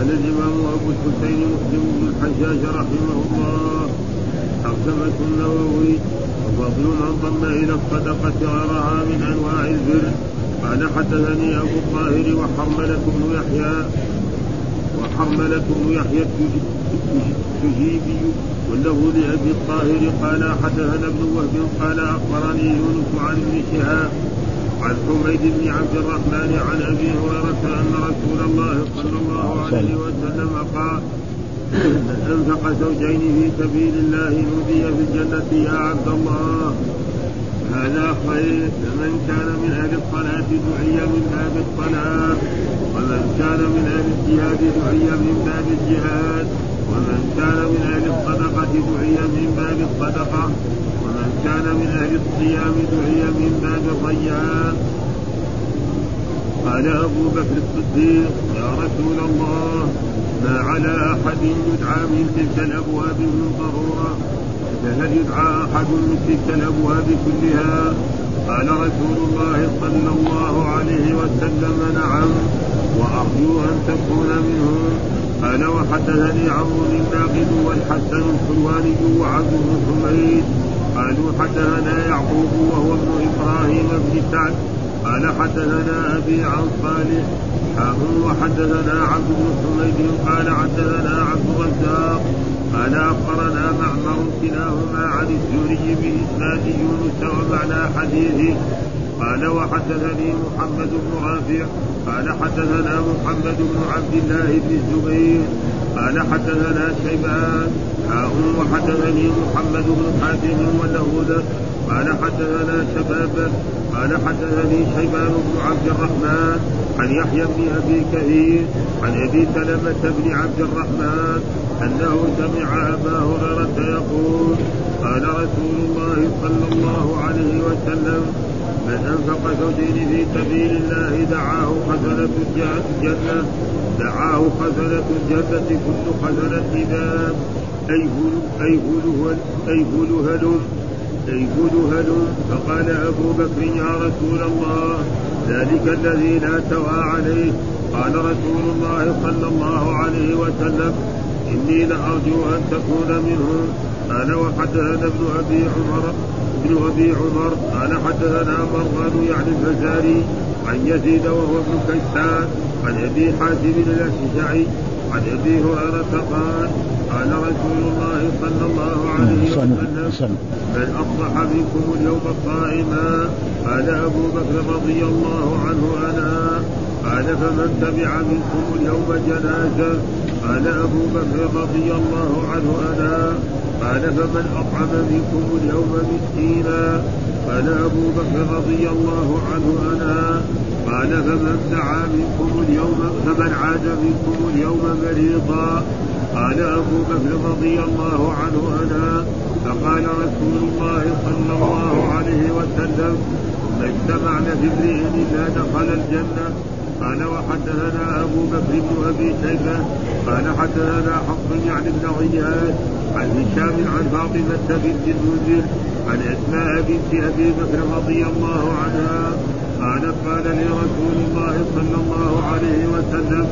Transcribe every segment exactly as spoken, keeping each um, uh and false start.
قال الإمام أبو الحسين مسلم بن الحجاج رحمه الله حكمة النووي وفضل من ضم إلى الصدقة غيرها من أنواع البر. قال حدثني أبو الطاهر وحرملة بن يحيى وحرملة بن يحيى التجيبي وله لأبي الطاهر قال حدثنا ابن وهب قال أخبرني يونس عن ابن شهاب عن حميد بن عبد الرحمن عن أبي هريرة أن رسول الله صلى الله عليه وسلم قال من أنفق زوجين في سبيل الله نودي في الجنة يا عبد الله هذا خير. فمن كان من أهل الصلاة دعي من باب الصلاة ومن كان من أهل الجهاد دعي من باب الجهاد ومن كان من أهل الصدقة دعي من باب الصدقة ومن كان من أهل الصيام دعي من باب الريان. قال أبو بكر الصديق يا رسول الله ما على أحد يدعى من تلك الأبواب من ضرورة فهل يدعى أحد من تلك الأبواب كلها؟ قال رسول الله صلى الله عليه وسلم نعم وأرجو أن تكون منهم. قال وحدثني عمرو الناقد والحسن الحلواني وعبد بن حميد قالوا حدثنا يعقوب وهو ابن إبراهيم بن سعد قال حدثنا أبي عن صالح وحدثنا عبد بن حميد قال حدثنا عبد الرزاق قال أخبرنا معمر كلاهما عن الزهري بإسناد يونس ومعنى حديثه. قال وحدثني محمد بن رافع قال حدثنا محمد بن عبد الله بن الزبير قال حدثنا شيبان وحدثني محمد بن حاتم وله قال حدثنا شباب قال حدثني شيبان بن عبد الرحمن عن يحيى بن أبي كثير عن أبي سلمة بن عبد الرحمن أنه سمع أبا هريرة يقول قال رسول الله صلى الله عليه وسلم من أنفق زوجين في سبيل الله دعاه خزنة الجنة دعاه خزنة الجنة كل خزنة باب أي هلهل أي هلهل أي هلهل. فقال أبو بكر يا رسول الله ذلك الذي لا توى عليه. قال رسول الله صلى الله عليه وسلم إني لأرجو أن تكون منهم. قال وحدثنا ابن أبي عمر ابن أبي عمر قال حدثنا مروان يعني الفزاري عن يزيد وهو ابن كيسان عن أبي حاتم الأشجعي عن أبي هريرة قال قال رسول الله صلى الله عليه وسلم من أصبح منكم اليوم صائما. قال أبو بكر رضي الله عنه أنا. قال فمن تبع منكم اليوم جنازة. قال أبو بكر رضي الله عنه أنا. قال فمن أطعم منكم اليوم مسكينا. قال أبو بكر رضي الله عنه أنا. قال فمن دعا منكم اليوم فمن عاد منكم اليوم مريضا. قال أبو بكر رضي الله عنه أنا. فقال رسول الله صلى الله عليه وسلم ما اجتمعنا في امرئ إلا دخل الجنة. قال وحدثنا أبو بكر بن أبي شيبة قال حدثنا حفص يعني بن غياث عن هشام عن فاطمة بنت المنذر عن أسماء بنت أبي بكر رضي الله عنها قالت قال لي رسول الله صلى الله عليه وسلم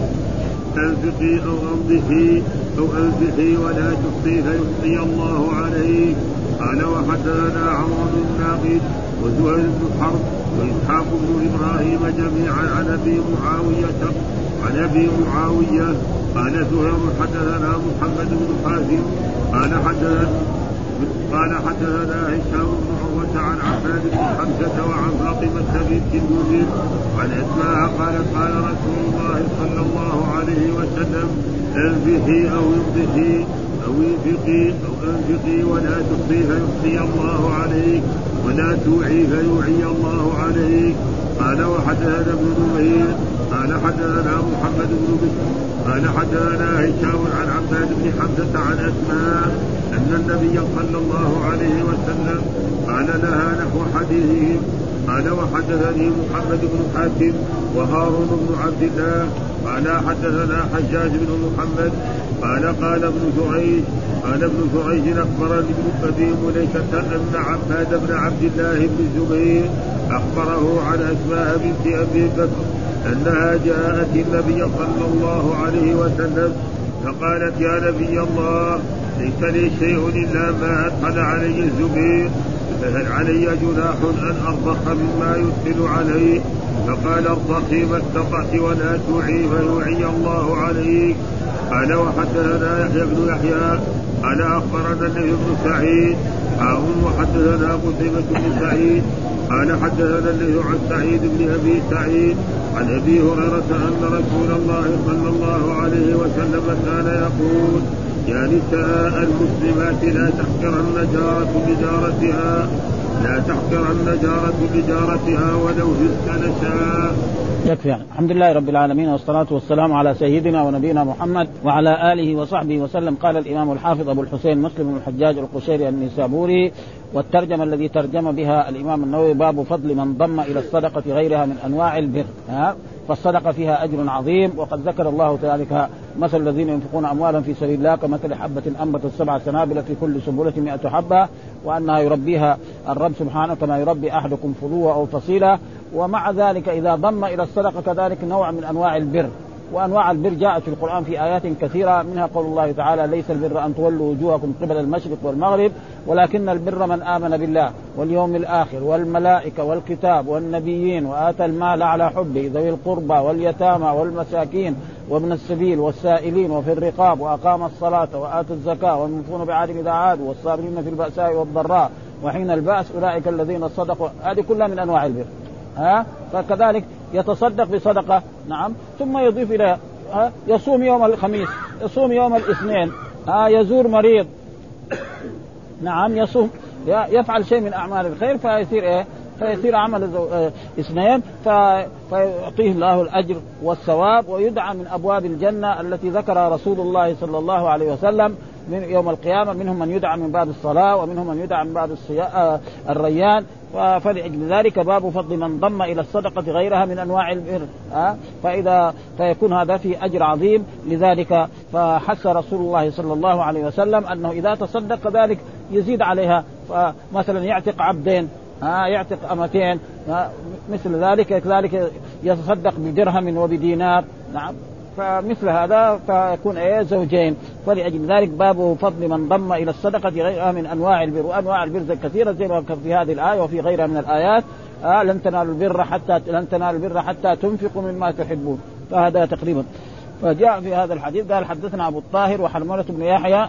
أنفقي أو أنضحي أو أنفقي ولا تخطي فيخطي الله عليك. قال وحدثنا عمرو بن الناقد وزهير بن حرب وإسحاق بن إبراهيم جميعا عن أبي معاوية عن أبي معاوية قال زهير حدثنا محمد بن حاتم قال حدثنا قال حدثنا هشام بن عروة عن عباد بن حمزة وعن فاطمة بنت المنذر عن أسماء قالت قال رسول الله صلى الله عليه وسلم انفقي أو انضحي أو انفقي أو انفقي ولا تخفي فيخفي الله عليك ولا توعي فيوعي الله عليك. قال وحدثنا ابن نمير قال حدثنا محمد بن بشر قال حدثنا هشام عن عباد بن حمزة عن أسماء أن النبي صلى الله عليه وسلم قال لها نحو حديثهم. قال وحدثني محمد بن حاتم وهارون بن عبد الله قال حدثنا حجاج بن محمد قال قال ابن جريج قال ابن جريج أخبرني ابن أبي مليكة أن عباد بن عبد الله بن الزبير أخبره عن أسماء بنت أبي بكر أنها جاءت النبي صلى الله عليه وسلم فقالت يا نبي الله ليس لي شيء إلا ما أدخل علي الزبير فهل علي جناح أن أرضخ مما يدخل عليه؟ فقال ارضخي ما استطعت ولا توعي فيوعي الله عليك. قال وحدثنا يحيى بن يحيى قال أخبرنا النبي بن سعيد أم وحدثنا قتيبة بن سعيد قال حدثنا النبي عن سعيد بن أبي سعيد عن أبي هريرة أن رسول الله صلى الله عليه وسلم كان يقول يا نساء المسلمات لا تحقرن جارة لجارتها لا تحقرن جارة لجارتها ولو جزء نشاء. يكفي يعني. الحمد لله رب العالمين والصلاة والسلام على سيدنا ونبينا محمد وعلى آله وصحبه وسلم. قال الإمام الحافظ أبو الحسين مسلم بن الحجاج القشيري النسابوري والترجمة الذي ترجم بها الإمام النووي باب فضل من ضم إلى الصدقة غيرها من أنواع البر. ها فالصدقة فيها أجر عظيم. وقد ذكر الله تعالى مثل الذين ينفقون أموالا في سبيل الله كمثل حبة أنبتت سبع سنابل في كل سنبلة مئة حبة وأنها يربيها الرب سبحانه كما يربي أحدكم فلوة أو فصيلة. ومع ذلك إذا ضم إلى الصدقة كذلك نوع من أنواع البر. وأنواع البر جاءت في القرآن في آيات كثيرة منها قول الله تعالى ليس البر أن تولوا وجوهكم قبل المشرق والمغرب ولكن البر من آمن بالله واليوم الآخر والملائكة والكتاب والنبيين وآتى المال على حبه ذوي القربى واليتامى والمساكين وابن السبيل والسائلين وفي الرقاب وأقام الصلاة وآتى الزكاة والموفون بعهدهم إذا عادوا والصابرين في البأساء والضراء وحين البأس أولئك الذين صدقوا. هذه كلها من أنواع البر. ها فكذلك يتصدق بصدقة نعم ثم يضيف إلى يصوم يوم الخميس يصوم يوم الاثنين ها يزور مريض نعم يصوم يفعل شيء من أعمال الخير فيصير إيه فيصير عمل اثنين فيعطيه الله الأجر والثواب ويدعى من أبواب الجنة التي ذكر رسول الله صلى الله عليه وسلم من يوم القيامة. منهم من يدعى من باب الصلاة ومنهم من يدعى من باب الريان. فلأجل ذلك باب فضل من ضم إلى الصدقة غيرها من أنواع البر. فإذا فيكون هذا في أجر عظيم. لذلك فحث رسول الله صلى الله عليه وسلم أنه إذا تصدق كذلك يزيد عليها فمثلا يعتق عبدين ها يعتق أمتين مثل ذلك كذلك يتصدق بدرهم وبدينار نعم فمثل هذا فيكون ايه زوجين. فلأجل ذلك باب فضل من ضم الى الصدقه غيرها من انواع البر. وانواع البر كثيره زي ما في هذه الايه وفي غيرها من الايات. آه لن تنالوا البر حتى لن تنالوا البر حتى تنفقوا مما تحبون. فهذا تقريبا. فجاء في هذا الحديث قال حدثنا ابو الطاهر وحرملة بن يحيى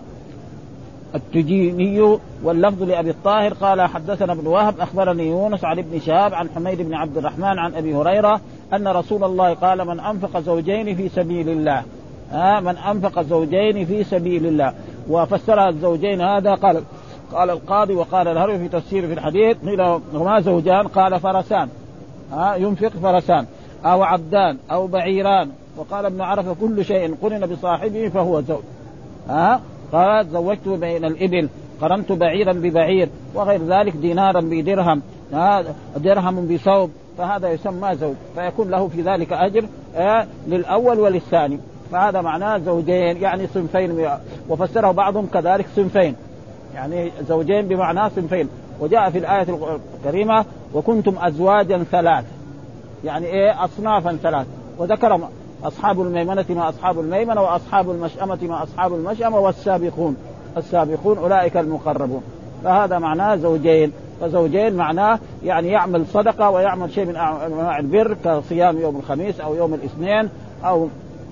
التجيني واللفظ لأبي الطاهر قال حدثنا ابن وهب أخبرني يونس عن ابن شهاب عن حميد بن عبد الرحمن عن أبي هريرة أن رسول الله قال من أنفق زوجين في سبيل الله آه من أنفق زوجين في سبيل الله. وفسرها الزوجين هذا قال قال القاضي وقال الهروي في تفسير في الحديث قيل هما زوجان قال فرسان آه ينفق فرسان أو عبدان أو بعيران. وقال ابن عرفة كل شيء قرن بصاحبه فهو زوج. آه قال زوجت بين الإبل قرنت بعيرا ببعير وغير ذلك دينارا بدرهم درهم بثوب فهذا يسمى زوج. فيكون له في ذلك أجر آه للأول وللثاني. فهذا معناه زوجين يعني صنفين. وفسره بعضهم كذلك صنفين يعني زوجين بمعنى صنفين. وجاء في الآية الكريمة وكنتم أزواجا ثلاث يعني إيه أصنافا ثلاث. وذكر أصحاب الميمنة ما أصحاب الميمنة وأصحاب المشأمة ما أصحاب المشأمة والسابقون السابقون أولئك المقربون. فهذا معناه زوجين. فزوجين معناه يعني يعمل صدقة ويعمل شيء من أنواع البر كصيام يوم الخميس أو يوم الاثنين أو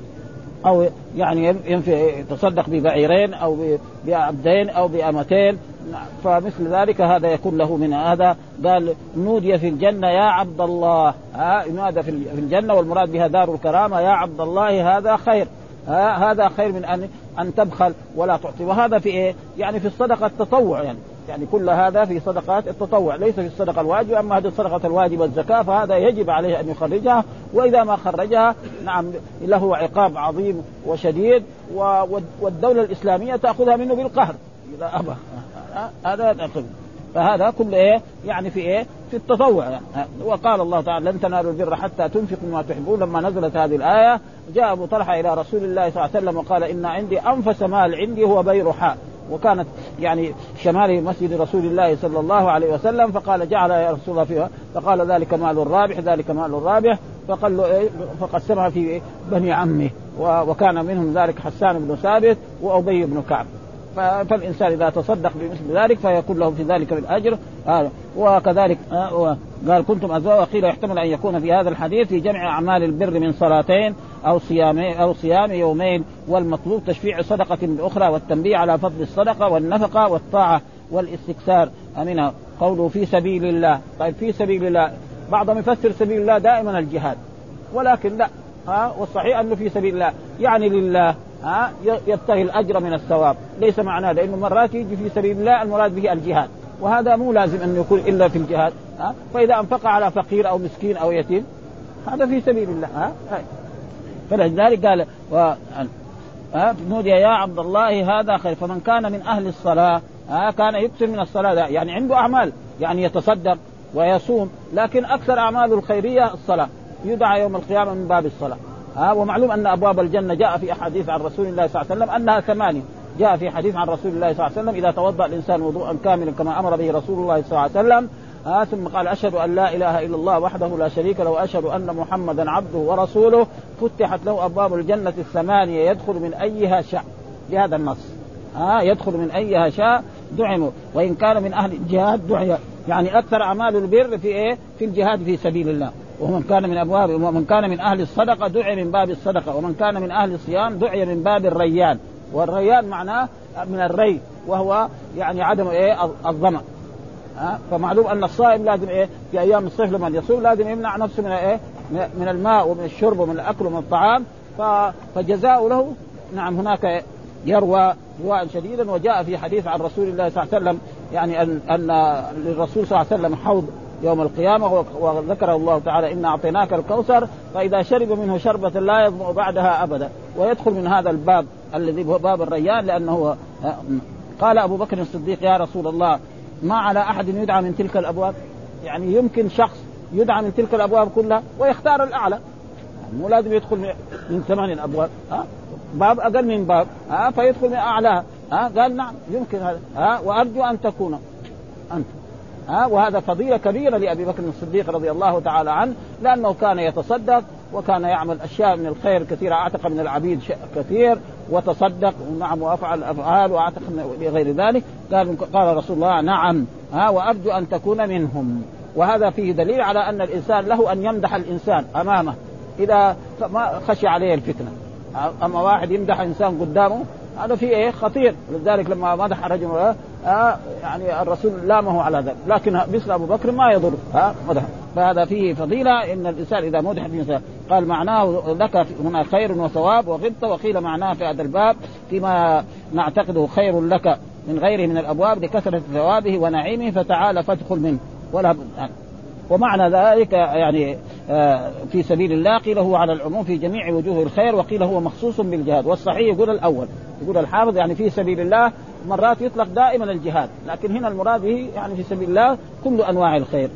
أو يعني يتصدق ببعيرين أو بعبدين أو بأمتين. فمثل ذلك هذا يكون له من هذا. قال نودي في الجنة يا عبد الله ها ينادى في الجنة والمراد بها دار الكرامة يا عبد الله هذا خير ها هذا خير من أن أن تبخل ولا تعطي. وهذا في إيه يعني في الصدقة التطوع يعني يعني كل هذا في صدقات التطوع ليس في الصدقة الواجبة. أما هذه الصدقة الواجبة الزكاة فهذا يجب عليه أن يخرجها. وإذا ما خرجها نعم له عقاب عظيم وشديد والدولة الإسلامية تأخذها منه بالقهر إذا أبى. هذا تأخذ. فهذا كل إيه يعني في إيه في التطوع يعني. وقال الله تعالى لن تنالوا البر حتى تنفقوا مما تحبون. لما نزلت هذه الآية جاء أبو طلحة إلى رسول الله صلى الله عليه وسلم وقال إن عندي أنفس مال عندي هو بيرحاء. وكانت يعني شمال مسجد رسول الله صلى الله عليه وسلم. فقال جعل يا رسول الله فيها فقال ذلك مال الرابح ذلك مال الرابح. فقال له إيه فقسمها في بني عمه، وكان منهم ذلك حسان بن ثابت وأبي بن كعب. فالإنسان إذا تصدق بمثل ذلك فيكون له في ذلك الأجر. آه وكذلك آه قال كنتم أزواج، وقيل يحتمل أن يكون في هذا الحديث في جمع أعمال البر من صلاتين أو صيام أو صيام يومين، والمطلوب تشفيع صدقة بالأخرى والتنبيه على فضل الصدقة والنفقة والطاعة والاستكثار منها. قوله في سبيل الله، طيب في سبيل الله بعضهم يفسر سبيل الله دائما الجهاد، ولكن لا، ها والصحيح أنه في سبيل الله يعني لله، ها يبتغي الأجر من الثواب، ليس معناه لأنه مرات يجي في سبيل الله المراد به الجهاد، وهذا مو لازم أن يكون إلا في الجهاد. ها فإذا أنفق على فقير أو مسكين أو يتيم هذا في سبيل الله. ها فلذلك قال و... ها نودي يا عبد الله هذا خير. فمن كان من أهل الصلاة ها كان يكثر من الصلاة، يعني عنده أعمال، يعني يتصدق ويصوم، لكن أكثر أعماله الخيرية الصلاة، يدعى يوم القيامة من باب الصلاة. ها ومعلوم أن أبواب الجنة جاء في أحاديث عن رسول الله صلى الله عليه وسلم أنها ثمانية، جاء في حديث عن رسول الله صلى الله عليه وسلم إذا توضأ الإنسان وضوءا كاملا كما أمر به رسول الله صلى الله عليه وسلم ها ثم قال أشهد أن لا إله إلا الله وحده لا شريك له وأشهد أن محمدا عبده ورسوله، فتحت له أبواب الجنة الثمانية يدخل من أيها شاء، بهذا النص ها يدخل من أيها شاء دعموا. وإن كان من أهل الجهاد دعي، يعني أكثر أعمال البر في إيه في الجهاد في سبيل الله. ومن كان من أبواب ومن كان من أهل الصدقة دعي من باب الصدقة، ومن كان من أهل الصيام دعي من باب الريان، والريان معناه من الري وهو يعني عدم إيه الظمأ. ها فمعلوم أن الصائم لازم إيه في أيام الصيف لما يصوم لازم يمنع نفسه من إيه من الماء ومن الشرب ومن الأكل ومن الطعام، فجزاء له نعم هناك يروى رواء شديدا. وجاء في حديث عن رسول الله صلى الله عليه وسلم يعني أن أن للرسول صلى الله عليه وسلم حوض يوم القيامة، وذكره الله تعالى إن أعطيناك الكوثر فإذا شرب منه شربة لا يظمأ بعدها أبدا، ويدخل من هذا الباب الذي هو باب الريان. لأنه قال أبو بكر الصديق يا رسول الله ما على أحد يدعى من تلك الأبواب، يعني يمكن شخص يدعى من تلك الأبواب كلها ويختار الأعلى، مو لازم يدخل من ثمان الأبواب، ها باب أقل من باب ها فيدخل من أعلاها. ها قال نعم يمكن هذا، ها وأرجو أن تكون أنت. ها وهذا فضيلة كبيرة لأبي بكر الصديق رضي الله تعالى عنه، لأنه كان يتصدق وكان يعمل أشياء من الخير كثيرة، أعتق من العبيد كثير وتصدق ونعم وأفعل أفعال وأعتق لغير ذلك. قال قال رسول الله نعم ها وأرجو أن تكون منهم. وهذا فيه دليل على أن الإنسان له أن يمدح الإنسان أمامه إذا ما خشي عليه الفتنة. أما واحد يمدح إنسان قدامه هذا فيه إيه خطير. لذلك لما مدح رجل آه يعني الرسول لامه على ذلك، لكن مثل أبو بكر ما يضر ها مدح. فهذا فيه فضيلة إن الإنسان إذا مدح الإنسان قال معناه لك هنا خير وثواب وغبطة، وقيل معناه في هذا الباب فيما نعتقده خير لك من غيره من الأبواب لكثرة ثوابه ونعيمه فتعال فادخل منه ولا. ومعنى ذلك يعني في سبيل الله قيل هو على العموم في جميع وجوه الخير، وقيل هو مخصوص بالجهاد. والصحيح يقول الأول، يقول الحافظ يعني في سبيل الله مرات يطلق دائما الجهاد، لكن هنا المراد به يعني في سبيل الله كل أنواع الخير.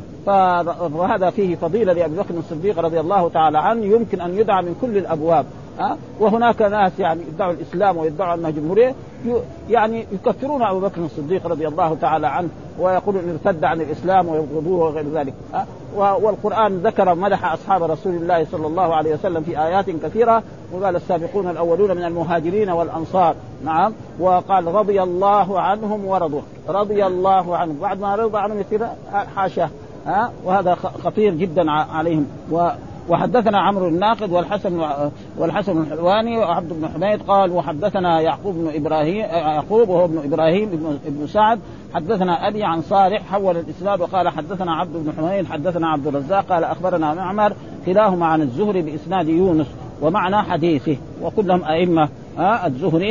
فهذا فيه فضيلة لأبي بكر الصديق رضي الله تعالى عنه، يمكن أن يدعى من كل الأبواب. أه؟ وهناك ناس يعني يدعوا الإسلام ويدعوا أنها جمهورية يعني يكفرون أبو بكر الصديق رضي الله تعالى عنه ويقولون إن ارتد عن الإسلام ويبغضوه وغير ذلك. أه؟ والقرآن ذكر مدح أصحاب رسول الله صلى الله عليه وسلم في آيات كثيرة، وقال السابقون الأولون من المهاجرين والأنصار نعم، وقال رضي الله عنهم ورضوا، رضي الله عنهم بعد ما رضى عنهم يصير حاشا. ها وهذا خطير جدا عليهم. و وحدثنا عمرو الناقد والحسن والحسن الحلواني وعبد بن حميد قال وحدثنا يعقوب بن ابراهيم يعقوب وهو ابن ابراهيم ابن, ابن سعد حدثنا ابي عن صالح حول الاسناد وقال حدثنا عبد بن حميد حدثنا عبد الرزاق قال اخبرنا معمر كلاهما عن الزهري باسناد يونس ومعنى حديثه، وكلهم ائمه ها الزهري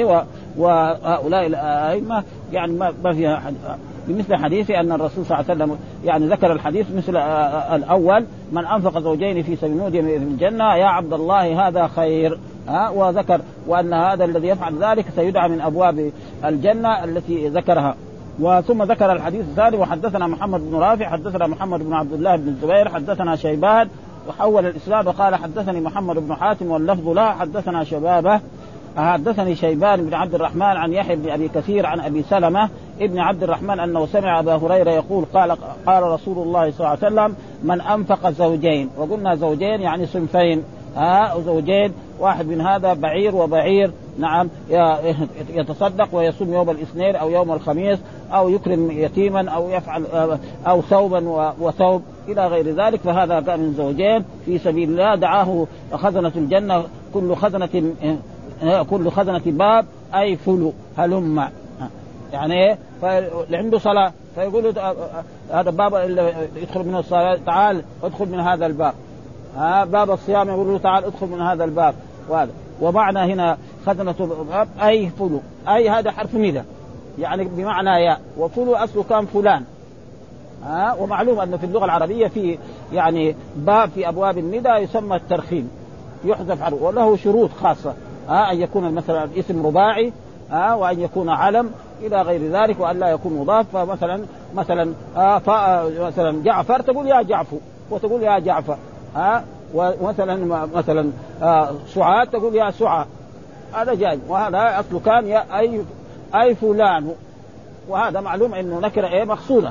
وهؤلاء الائمه يعني ما فيها بمثل حديثه أن الرسول صلى الله عليه وسلم يعني ذكر الحديث مثل الأول من أنفق زوجين في سبيل نودي في الجنة يا عبد الله هذا خير. ها وذكر وأن هذا الذي يفعل ذلك سيدعى من أبواب الجنة التي ذكرها. وثم ذكر الحديث الثاني وحدثنا محمد بن رافع حدثنا محمد بن عبد الله بن الزبير حدثنا شيبان وحول الإسلام وقال حدثني محمد بن حاتم واللفظ لا حدثنا شبابه حدثني شيبان بن عبد الرحمن عن يحيى بن أبي كثير عن أبي سلمة ابن عبد الرحمن أنه سمع أبا هريرة يقول قال قال رسول الله صلى الله عليه وسلم من أنفق زوجين، وقلنا زوجين يعني صنفين، ها زوجين، واحد من هذا بعير وبعير، نعم، يتصدق ويصوم يوم الاثنين أو يوم الخميس، أو يكرم يتيما، أو يفعل أو ثوبا وثوب إلى غير ذلك، فهذا كان من زوجين في سبيل الله. دعاه خزنة الجنة كل خزنة كل خزنة باب أي فلو هلم، يعني عنده صلاة فيقول هذا باب اللي يدخل منه الصلاة تعال ادخل من هذا الباب، ها باب الصيام يقول له تعال ادخل من هذا الباب، وهذا ومعنى هنا خزنة الباب أي فلو، أي هذا حرف ندى يعني بمعنى يا، وفلو أصله كان فلان، ها ومعلوم أن في اللغة العربية في يعني باب في أبواب الندى يسمى الترخيم يحذف عنه، وله شروط خاصة، ها أن يكون مثلا الاسم رباعي، ها وأن يكون علم إلى غير ذلك، وأن لا يكون مضاف. فمثلا مثلا آه مثلا جعفر تقول يا جعفر وتقول يا جعفر، ها ومثلا مثلا آه سعاد تقول يا سعاد، هذا جاي، وهذا أصله كان يا أي أي فلان، وهذا معلوم إنه نكرة إيه مقصودة،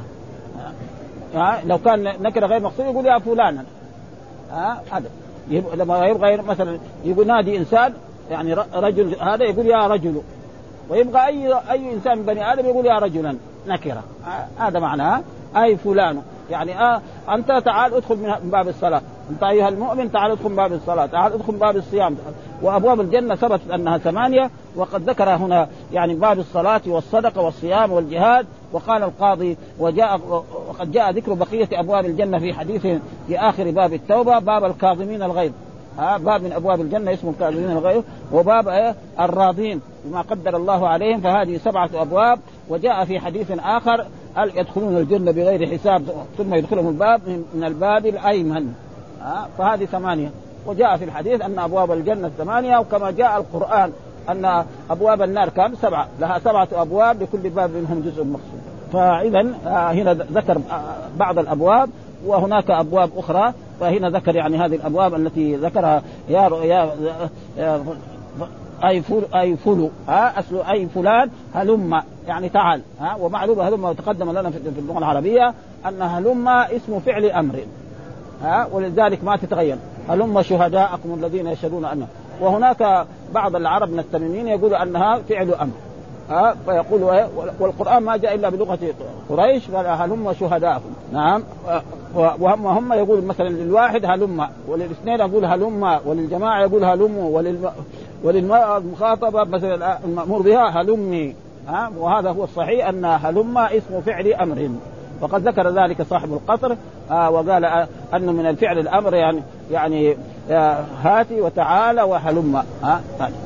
ها لو كان نكرة غير مقصودة يقول يا فلان، ها هذا لما يبغى مثلا يقول نادي إنسان يعني رجل، هذا يقول يا رجل، ويبغى أي أي إنسان من بني آدم يقول يا رجلا نكرة، هذا معناه أي فلان، يعني آه أنت تعال ادخل من باب الصلاة، أنت أيها المؤمن تعال ادخل من باب الصلاة، تعال ادخل من باب الصيام. وأبواب الجنة ثبتت أنها ثمانية، وقد ذكر هنا يعني باب الصلاة والصدقة والصيام والجهاد. وقال القاضي وجاء وقد جاء ذكر بقية أبواب الجنة في حديث في آخر باب التوبة، باب الكاظمين الغيظ، ها باب من أبواب الجنة اسمه الكاظمين الغيظ، وباب إيه الراضين بما قدر الله عليهم، فهذه سبعة أبواب. وجاء في حديث آخر يدخلون الجنة بغير حساب ثم يدخلهم الباب من الباب الأيمن، ها فهذه ثمانية. وجاء في الحديث أن أبواب الجنة ثمانية، وكما جاء القرآن أن أبواب النار كم سبعة، لها سبعة أبواب لكل باب منهم جزء مقسوم. فإذا هنا ذكر بعض الأبواب وهناك أبواب أخرى، فهنا ذكر يعني هذه الأبواب التي ذكرها يا يا, يا أي فل أي فلو، ها أصل أي فلان هلم يعني تعال، ها ومعلومة هلم تقدم لنا في اللغة العربية أن هلم اسم فعل أمر، ها ولذلك ما تتغير، هلم شهداءكم الذين يشهدون أنه. وهناك بعض العرب من التميمين يقول أنها فعل أمر، ها فيقولوا إيه، والقرآن ما جاء إلا بلغة قريش، قال هلم شهداءكم، نعم. وهم هم يقول مثلا للواحد هلم، وللاثنين يقول هلم، وللجماعة يقول هلم، ولل وللمخاطبة مثلا المأمور بها هلمي، ها وهذا هو الصحيح أن هلم اسم فعل أمر. وقد ذكر ذلك صاحب القطر آه وقال آه أنه من الفعل الأمر يعني يعني آه هاتي وتعالى وهلم، ها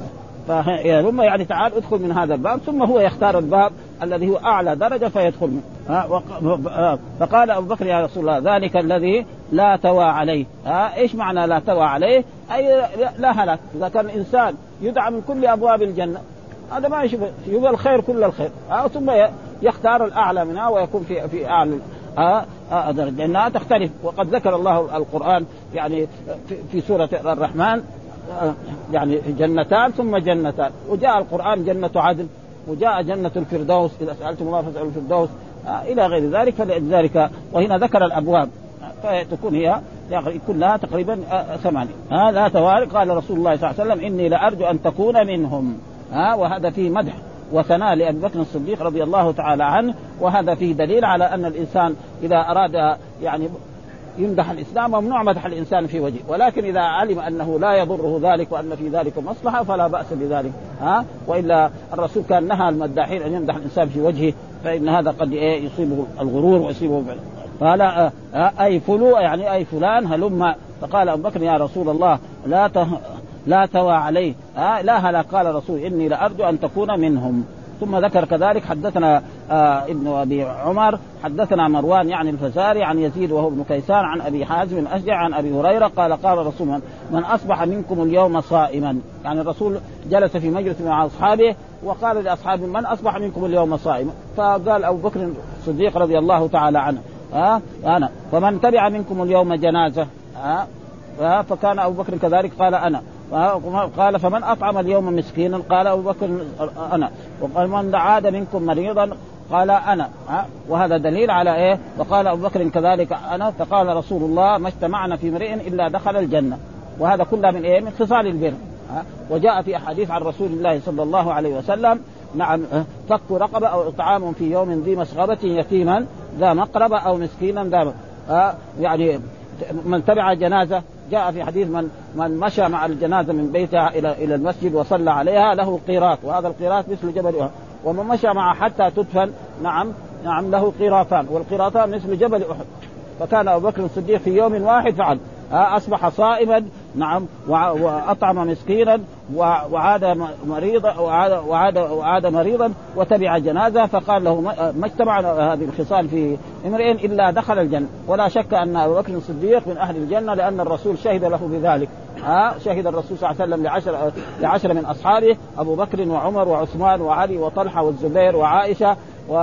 فهلم يعني تعال ادخل من هذا الباب، ثم هو يختار الباب الذي هو أعلى درجة فيدخل منه. ها فقال أبو بكر يا رسول الله ذلك الذي لا توى عليه، ها إيش معنى لا توى عليه؟ أي لا هلك. إذا كان الإنسان يدعى من كل أبواب الجنة هذا ما يشوف يبقى الخير كل الخير، ها ثم يختار الأعلى منها ويكون في في أعلى آه آه درجة، لأنها تختلف. وقد ذكر الله القرآن يعني في, في سورة الرحمن آه يعني جنتان ثم جنتان، وجاء القرآن جنة عدن، وجاء جنة الفردوس إذا سألتم الله فاسألوا الفردوس آه إلى غير ذلك. فلذلك وهنا ذكر الأبواب فتكون هي يعني كلها تقريبا آه ثمانية. آه لا توارق. قال رسول الله صلى الله عليه وسلم إني لأرجو أن تكون منهم، آه وهذا فيه مدح وثناء لأبي بكر الصديق رضي الله تعالى عنه. وهذا فيه دليل على أن الإنسان إذا أراد يعني يمدح الإسلام ممنوع مدح الإنسان في وجهه، ولكن إذا علم أنه لا يضره ذلك وأن في ذلك مصلحة فلا بأس بذلك، ها وإلا الرسول كان نهى المداحين أن يمدح الإنسان في وجهه، فإن هذا قد يصيبه الغرور ويصيبه بالعلم. فلا أي فلو يعني أي فلان هلم. فقال أبو بكر يا رسول الله لا ته لا توى عليه، آه لا هلا. قال رسول إني لأرجو أن تكون منهم. ثم ذكر كذلك حدثنا آه ابن أبي عمر حدثنا مروان يعني الفزاري عن يزيد وهو ابن كيسان عن أبي حازم الأشجع عن أبي هريرة قال قال رسول من, من أصبح منكم اليوم صائما، يعني الرسول جلس في مجلس مع أصحابه وقال لأصحابه من أصبح منكم اليوم صائما، فقال أبو بكر الصديق رضي الله تعالى عنه آه أنا. فمن تبع منكم اليوم جنازة، آه فكان أبو بكر كذلك قال أنا. قال فمن أطعم اليوم مسكينا؟ قال أبو بكر أنا. وقال من عاد منكم مريضا؟ قال أنا. وهذا دليل على إيه؟ وقال أبو بكر كذلك أنا. فقال رسول الله ما اجتمعنا في امرئ إلا دخل الجنة. وهذا كله من إيه؟ من خصال البر. وجاء في أحاديث عن رسول الله صلى الله عليه وسلم نعم فك رقبة أو إطعام في يوم ذي مسغبة يتيما ذا مقربة أو مسكينا ذا يعني من تبع جنازة. جاء في حديث من من مشى مع الجنازة من بيتها إلى إلى المسجد وصلى عليها له قيراط، وهذا القيراط مثل جبل أحد. ومن مشى مع حتى تدفن نعم نعم له قيراطان، والقيراطان مثل جبل أحد. فكان أبو بكر الصديق في يوم واحد فعل أصبح صائما نعم وأطعم مسكينا وعاد مريضا وعاد, وعاد, وعاد مريضا وتبع جنازة. فقال له ما اجتمع هذه الخصال في امرئ إلا دخل الجنة. ولا شك أن أبو بكر الصديق من أهل الجنة لأن الرسول شهد له بذلك. ها شهد الرسول صلى الله عليه وسلم لعشر, لعشر من أصحابه أبو بكر وعمر وعثمان وعلي وطلحة والزبير وعائشة و...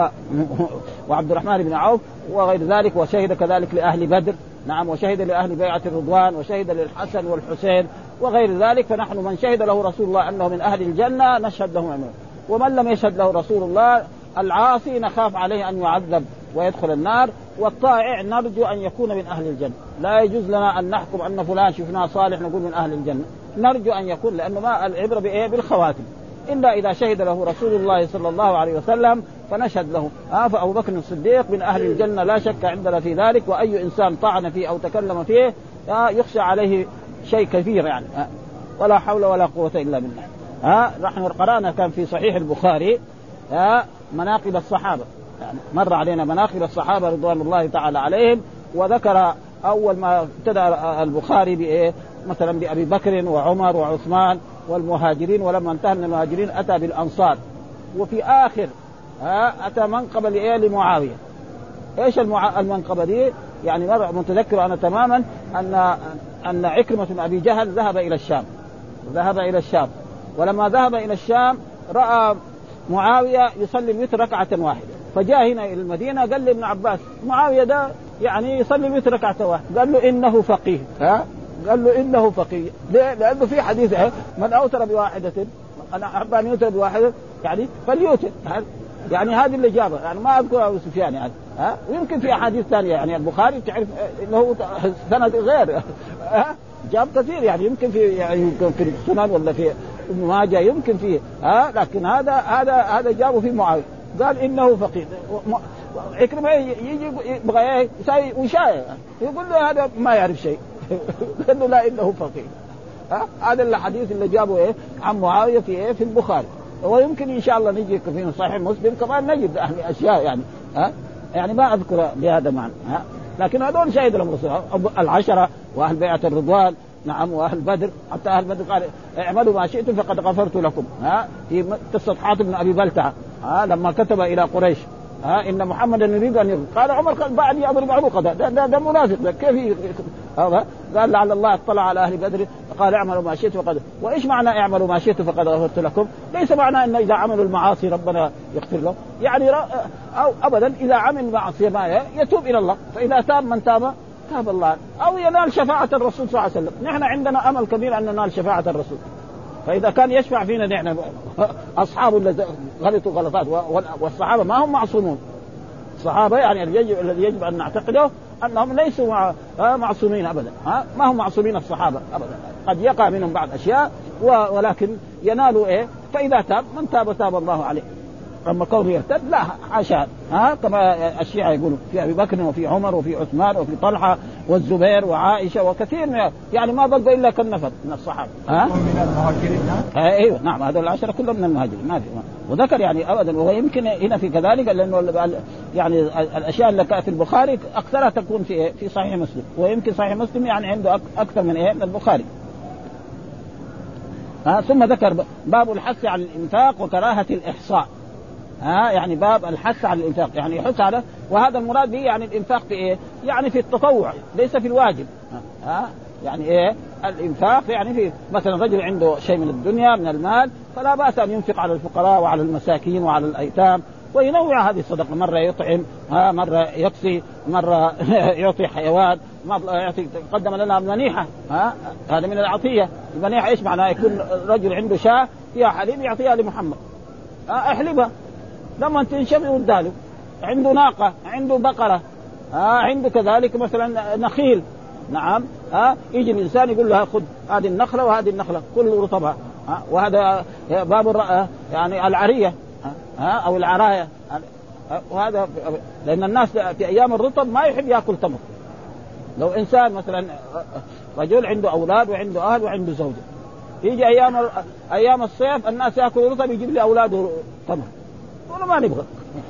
وعبد الرحمن بن عوف وغير ذلك. وشهد كذلك لأهل بدر نعم، وشهد لأهل بيعة الرضوان، وشهد للحسن والحسين وغير ذلك. فنحن من شهد له رسول الله أنه من أهل الجنة نشهد له أنه، ومن لم يشهد له رسول الله العاصي نخاف عليه أن يعذب ويدخل النار، والطائع نرجو أن يكون من أهل الجنة. لا يجوز لنا أن نحكم أن فلان شفناه صالح نقول من أهل الجنة، نرجو أن يكون، لأنه ما العبرة بإيه؟ بالخواتم. إلا إذا شهد له رسول الله صلى الله عليه وسلم فنشهد له. آه فأبو بكر الصديق من أهل الجنة لا شك عندنا في ذلك. وأي إنسان طعن فيه أو تكلم فيه آه يخشى عليه شيء كثير يعني آه ولا حول ولا قوة إلا بالله. آه نحن قرأنا كان في صحيح البخاري آه مناقب الصحابة، يعني مر علينا مناقب الصحابة رضوان الله تعالى عليهم، وذكر أول ما ابتدأ البخاري بإيه؟ مثلا بأبي بكر وعمر وعثمان والمهاجرين، ولما انتهى من المهاجرين أتى بالأنصار، وفي آخر ها أتى منقبة لإيه؟ لمعاوية. إيش المع... المنقبة دي؟ يعني مرة متذكر أنا تماما أن أن عكرمة بن أبي جهل ذهب إلى الشام، ذهب إلى الشام ولما ذهب إلى الشام رأى معاوية يصلي الوتر ركعة واحدة، فجاء هنا إلى المدينة قال لابن عباس معاوية ده يعني يصلي الوتر ركعة واحدة، قال له إنه فقيه. ها قال له إنه فقيه. ليه؟ لأنه في حديث من أوتر بواحدة أنا أحب أن يوتر بواحدة يعني فليوتر، يعني هذه اللي جابه، يعني ما أذكر أبو سفيان يعني. ها ويمكن في أحاديث ثانية يعني البخاري تعرف إنه سند غير ها جاب كثير، يعني يمكن في يعني يمكن في السنن ولا في ابن ماجه يمكن فيه ها، لكن هذا هذا هذا جابه في معاوية قال إنه فقيه. عكرمة يجي يبغى يسوي وشاية يقول له هذا ما يعرف شيء قال له لا إنه فقيه. ها هذا الحديث اللي جابه إيه عن معاوية في إيه في البخاري، ويمكن إن شاء الله نجي في صحيح مسلم كمان نجد يعني أشياء يعني ها يعني ما أذكر بهذا معنى ها، لكن هذول شهد لهم الرسول العشرة وأهل بيعة الرضوان نعم وأهل بدر، حتى أهل بدر قال اعملوا ما شئتم فقد غفرت لكم. ها في قصة حاتم بن أبي بلتعة ها لما كتب إلى قريش ها إن محمدا يريد أن يغفر، قال عمر بعد يضرب عنقه ده ده, ده منافق كيف هذا؟ قال لعل الله اطلع على أهل بدر قال اعملوا ما شئتم فقد. وإيش معنى اعملوا ما شئتم فقد غفرت لكم؟ ليس معنى أن إذا عملوا المعاصي ربنا يغفر له، يعني أو أبدا إذا عمل معصية ما يتوب إلى الله، فإذا تاب من تاب تاب الله، أو ينال شفاعة الرسول صلى الله عليه وسلم. نحن عندنا أمل كبير أن ننال شفاعة الرسول، فإذا كان يشفع فينا نحن أصحاب الذين غلطوا غلطات، والصحابة ما هم معصومون. الصحابة يعني الذي يجب أن نعتقده أنهم ليسوا معصومين أبدا، ها ما هم معصومين الصحابة أبدا، قد يقع منهم بعض أشياء ولكن ينالوا إيه؟ فإذا تاب من تاب تاب الله عليه. أما كونه يرتد لا حاشا، ها كما الشيعة يقولوا في أبي بكر وفي عمر وفي عثمان وفي طلحة والزبير وعائشة وكثير من يعني ما بقى إلا كالنفر من الصحابة. ها من المهاجرين. أيوة نعم هذول العشرة كلهم من المهاجرين ما في، وذكر يعني أبدا. وهو يمكن هنا في كذلك لأنه يعني الأشياء اللي كانت في البخاري أكثرها تكون في في صحيح مسلم، ويمكن صحيح مسلم يعني عنده أكثر من إيه من البخاري. ها ثم ذكر باب الحث على الإنفاق وكراهة الإحصاء. ها يعني باب الحث على الإنفاق، يعني يحث على، وهذا المراد به يعني الإنفاق في إيه؟ يعني في التطوع ليس في الواجب. ها يعني إيه الإنفاق؟ يعني في مثلا رجل عنده شيء من الدنيا من المال فلا بأس أن ينفق على الفقراء وعلى المساكين وعلى الأيتام وينوع هذه الصدقة، مرة يطعم، ها مرة يكسي، مرة يعطي حيوان، مرة يعطي. قدم لنا منيحة، ها هذا من العطية. المنيحة إيش معناها؟ يكون رجل عنده شاة فيها حليب يعطيها لمحمد، ها احلبها لما تنشف يوداله. عنده ناقة، عنده بقرة، ها عنده كذلك مثلا نخيل، نعم، ها يجي الإنسان يقول له خذ هذه النخلة وهذه النخلة كل رطبها، ها وهذا باب الرأ يعني العرية، ها أو العراية. وهذا لأن الناس في أيام الرطب ما يحب يأكل تمر. لو إنسان مثلا رجل عنده أولاد وعنده أهل وعنده زوجة، يجي أيام أيام الصيف الناس يأكلوا رطب، يجيب لي أولاده تمر، ولا ما نبغى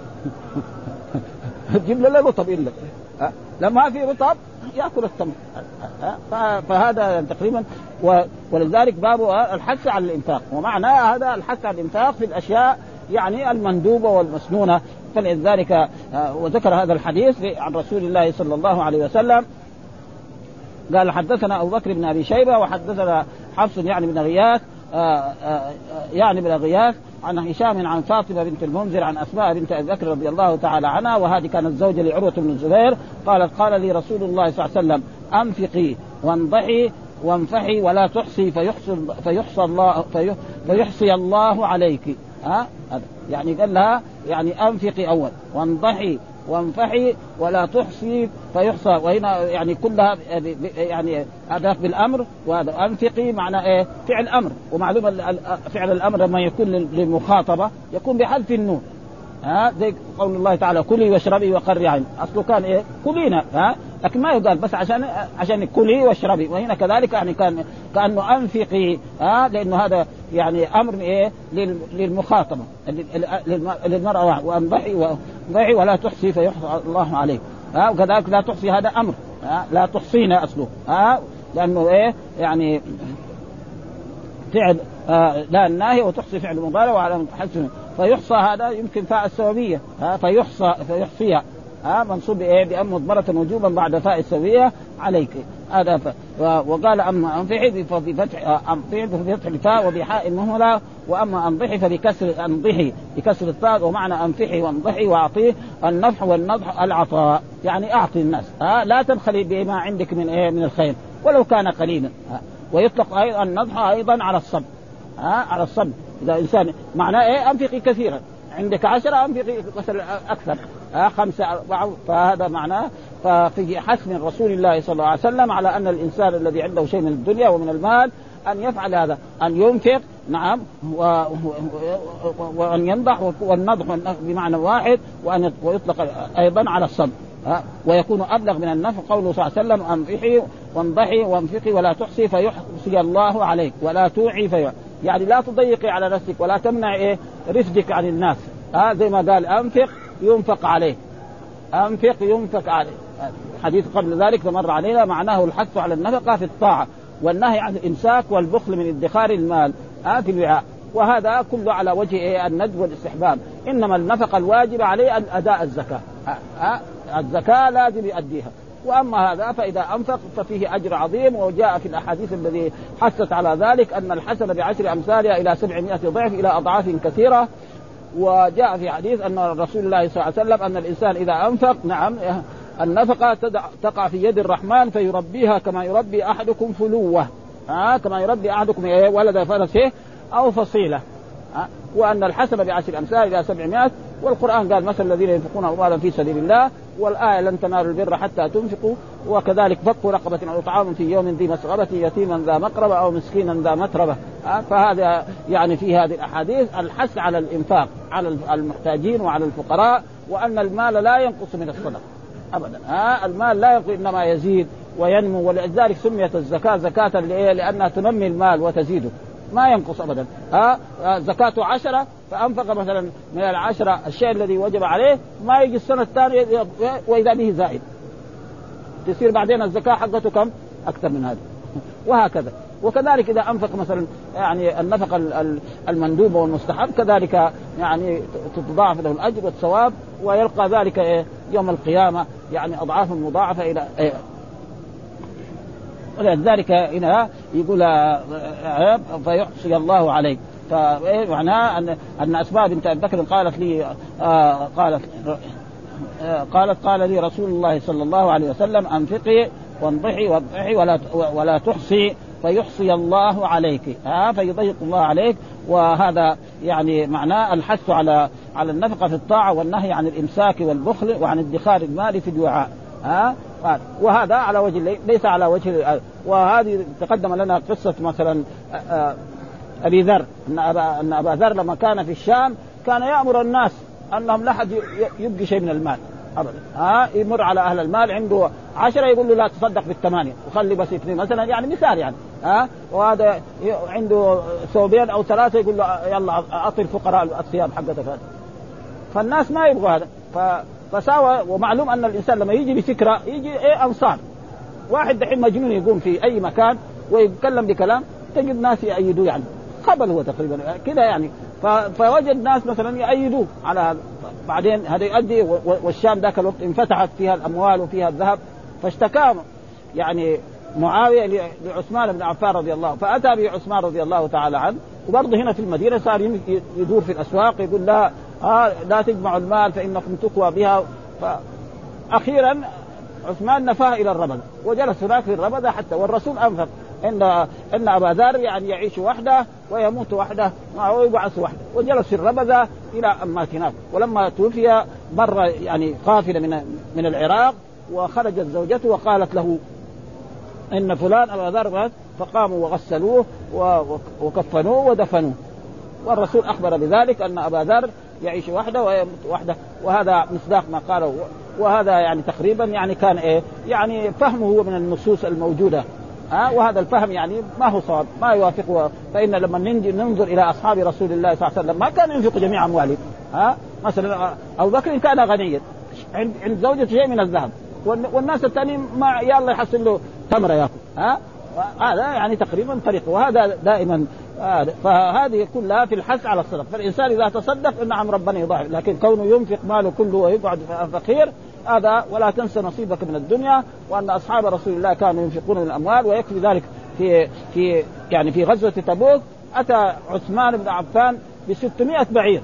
جيب له رطب إلا لما في رطب يأكل التمر. فهذا تقريبا. ولذلك باب الحث على الإنفاق، ومعنى هذا الحث على الإنفاق في الأشياء يعني المندوبة والمسنونة. فلذلك وذكر هذا الحديث عن رسول الله صلى الله عليه وسلم قال حدثنا أبو بكر بن أبي شيبة وحدثنا حفص يعني بن غياث يعني بن غياث عن هشام عن فاطمة بنت المنذر عن أسماء بنت أبي بكر رضي الله تعالى عنها، وهذه كانت زوجة لعروة بن الزبير. قالت قال لي رسول الله صلى الله عليه وسلم أنفقي وانضحي وانفحي ولا تحصي فيحصي, فيحصي, الله, فيحصي الله عليك. ها يعني قال لها يعني أنفقي أول وانضحي وانفحي ولا تحصي فيحصى. وهنا يعني كلها يعني هذا بالأمر، وهذا أنفقي معنى إيه؟ فعل أمر. ومعلوم فعل الأمر لما يكون للمخاطبة يكون بحذف النون، ها زي قول الله تعالى كلي واشربي وقري عين، أصله كان إيه كلينا، ها لكن ما يقال بس عشان عشان كلي واشربي. وهنا كذلك يعني كان كأنه أنفقي، ها لأنه هذا يعني أمر إيه للمخاطبة للمرأة. وأنضحي وانضحي ولا تحصي فيحصى الله عليك، ها وكذلك لا تحصي هذا أمر، ها لا تحصينا أصله، ها لأنه إيه يعني فعل آه لا الناهي، وتحصي فعل مضارع وعلى حذف. فيحصى هذا يمكن فاء السببية، ها فيحصى فيحصيها، ها منصوب إيه بأم مضمرة وجوبا بعد فاء السببية عليك. هذا ف... وقال أما أنضحي بفتح أنضحي بفتح الفاء وبحاء المهملة، وأما أنضحي فبكسر أنضحي بكسر الطاء. ومعنى أنفحي وانضحي وأعطيه النفح والنضح العطاء، يعني أعطي الناس، ها لا تبخلي بما عندك من إيه من الخير ولو كان قليلا. ويطلق أيضا النضح أيضا على الصب، ها على الصب. إذا إنسان معناه إيه أنفقي كثيرا، عندك عشرة أنفقي مثلا أكثر، ها خمسة أربعة. فهذا معناه. ففي حث من رسول الله صلى الله عليه وسلم على أن الإنسان الذي عنده شيء من الدنيا ومن المال أن يفعل هذا، أن ينفق، نعم، وأن ينضح. والنضح بمعنى واحد، وأن ويطلق أيضا على الصب، ويكون أبلغ من النفع قوله صلى الله عليه وسلم أنفحي وانضحي وانفقي ولا تحصي فيحصي الله عليك ولا توعي في. يعني لا تضيقي على نفسك ولا تمنع إيه رفدك عن الناس، ها زي ما قال أنفق ينفق عليه، أنفق ينفق عليه. حديث قبل ذلك مر علينا معناه الحث على النفقة في الطاعة، والنهي عن الإمساك والبخل من ادخار المال في الوعاء. وهذا كله على وجه الندب والاستحباب. إنما النفقة الواجب عليه أداء الزكاة، الزكاة لازم يؤديها. وأما هذا فإذا أنفق ففيه أجر عظيم. وجاء في الأحاديث الذي حثت على ذلك أن الحسنة بعشر أمثالها إلى سبعمائة ضعف إلى أضعاف كثيرة. وجاء في حديث أن رسول الله صلى الله عليه وسلم أن الإنسان إذا أنفق، نعم، النفقة تقع في يد الرحمن فيربيها كما يربي أحدكم فلوة، ها كما يربي أحدكم ولد فرسه أو فصيلة. وأن الحسنة بعشر أمثال إلى سبعمائة. والقرآن قال مثل الذين ينفقون أموالا في سبيل الله، والآية لن تنالوا البر حتى تنفقوا. وكذلك فك رقبة أو طعام في يوم ذي مسغبة يتيما ذا مقربة أو مسكينا ذا متربة. فهذا يعني في هذه الأحاديث الحث على الإنفاق على المحتاجين وعلى الفقراء، وأن المال لا ينقص من الصدقة أبدا، ها المال لا ينقص إنما يزيد وينمو. ولذلك سميت الزكاة زكاة لأنها تنمي المال وتزيده، ما ينقص أبدا. ها زكاة عشرة فأنفق مثلا من العشرة الشيء الذي وجب عليه، ما يجي السنة الثانية وإذا به زائد، تصير بعدين الزكاة حقته كم أكثر من هذا، وهكذا. وكذلك إذا أنفق مثلا يعني النفقة المندوبة والمستحب كذلك يعني تضاعف له الأجر والثواب، ويلقى ذلك يوم القيامة يعني أضعاف مضاعفة إلى. ولذلك هنا يقول فيحصي الله عليك. فمعناه أن أن أسماء بنت أبي بكر قالت لي آه قالت آه قالت قال لي رسول الله صلى الله عليه وسلم أنفقي وانضحي واضحي ولا ولا تحصي فيحصي الله عليك ها فيضيق الله عليك. وهذا يعني معناه الحث على على النفقة في الطاعة والنهي عن الإمساك والبخل وعن ادخار المال في الوعاء ها. وهذا على وجه ليس على وجه. وهذه تقدم لنا قصة مثلا أبي ذر أن أبا, أن أبا ذر لما كان في الشام كان يأمر الناس أنهم لا أحد يبقي شيء من المال أبدا ها. يمر على أهل المال عنده عشرة يقول له لا تصدق بالثمانية وخلي بس اثنين مثلا يعني مثال يعني ها. وهذا عنده ثوبين أو ثلاثة يقول له يلا أعطي الفقراء الثياب حقتك هذا. فالناس ما يبغوا هذا فساوى. ومعلوم أن الإنسان لما يجي بفكرة يجي إيه أنصار. واحد دحين مجنون يقوم في أي مكان ويتكلم بكلام تجد ناس يأيدوه يعني خبل هو تقريبا كده يعني. فوجد ناس مثلا يأيدوه على هذا. بعدين هذا يؤدي والشام ذاك الوقت انفتحت فيها الأموال وفيها الذهب فاشتكى يعني معاوية لعثمان بن عفان رضي الله فأتى بعثمان رضي الله تعالى عنه. وبرضه هنا في المدينة صار يدور في الأسواق يقول لا آه لا تجمعوا المال فإنكم تقوى بها. فأخيرا عثمان نفاه إلى الربذة وجلس هناك في الربذة حتى والرسول أنفق إن إن أبا ذر يعني يعيش وحده ويموت وحده ويبعث وحده وجلس في الربذة إلى أن مات هناك. ولما توفي مر يعني قافلة من من العراق وخرجت زوجته وقالت له إن فلان أبا ذر مات فقاموا وغسلوه وكفنوه ودفنوه. والرسول أخبر بذلك أن أبا ذر يعيش وحده ويموت وحده. وهذا مصداق ما قاله. وهذا يعني تقريبا يعني كان إيه يعني فهمه هو من النصوص الموجودة ها. وهذا الفهم يعني ما هو صواب ما يوافقه. فإن لما ننظر إلى أصحاب رسول الله صلى الله عليه وسلم ما كان ينفق جميع أمواله ها. مثلا أبو بكر كان غنيا عند عند زوجته شيء من الذهب والناس الثانيين ما يلا يحصل له تمر يأكل ها. هذا يعني تقريبا طريقه. وهذا دائما آه فهذه كلها في الحث على الصدق. فالإنسان إذا تصدق نعم ربنا يضاعف. لكن كونه ينفق ماله كله ويقعد فقير هذا. ولا تنسى نصيبك من الدنيا. وأن أصحاب رسول الله كانوا ينفقون من الأموال. ويكفي ذلك في في يعني في غزوة تبوك أتى عثمان بن عفان بستمائة بعير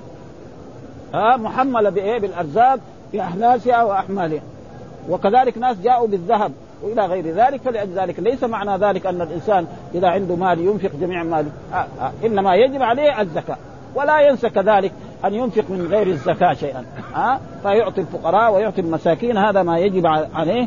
ها محملة بإيه بالأرزاق بأحناسها وأحمالها. وكذلك ناس جاءوا بالذهب وإلى غير ذلك. فلأجل ذلك ليس معنى ذلك أن الإنسان إذا عنده مال ينفق جميع ماله آه آه. إنما يجب عليه الزكاة. ولا ينسى كذلك أن ينفق من غير الزكاة شيئا آه. فيعطي الفقراء ويعطي المساكين هذا ما يجب عليه.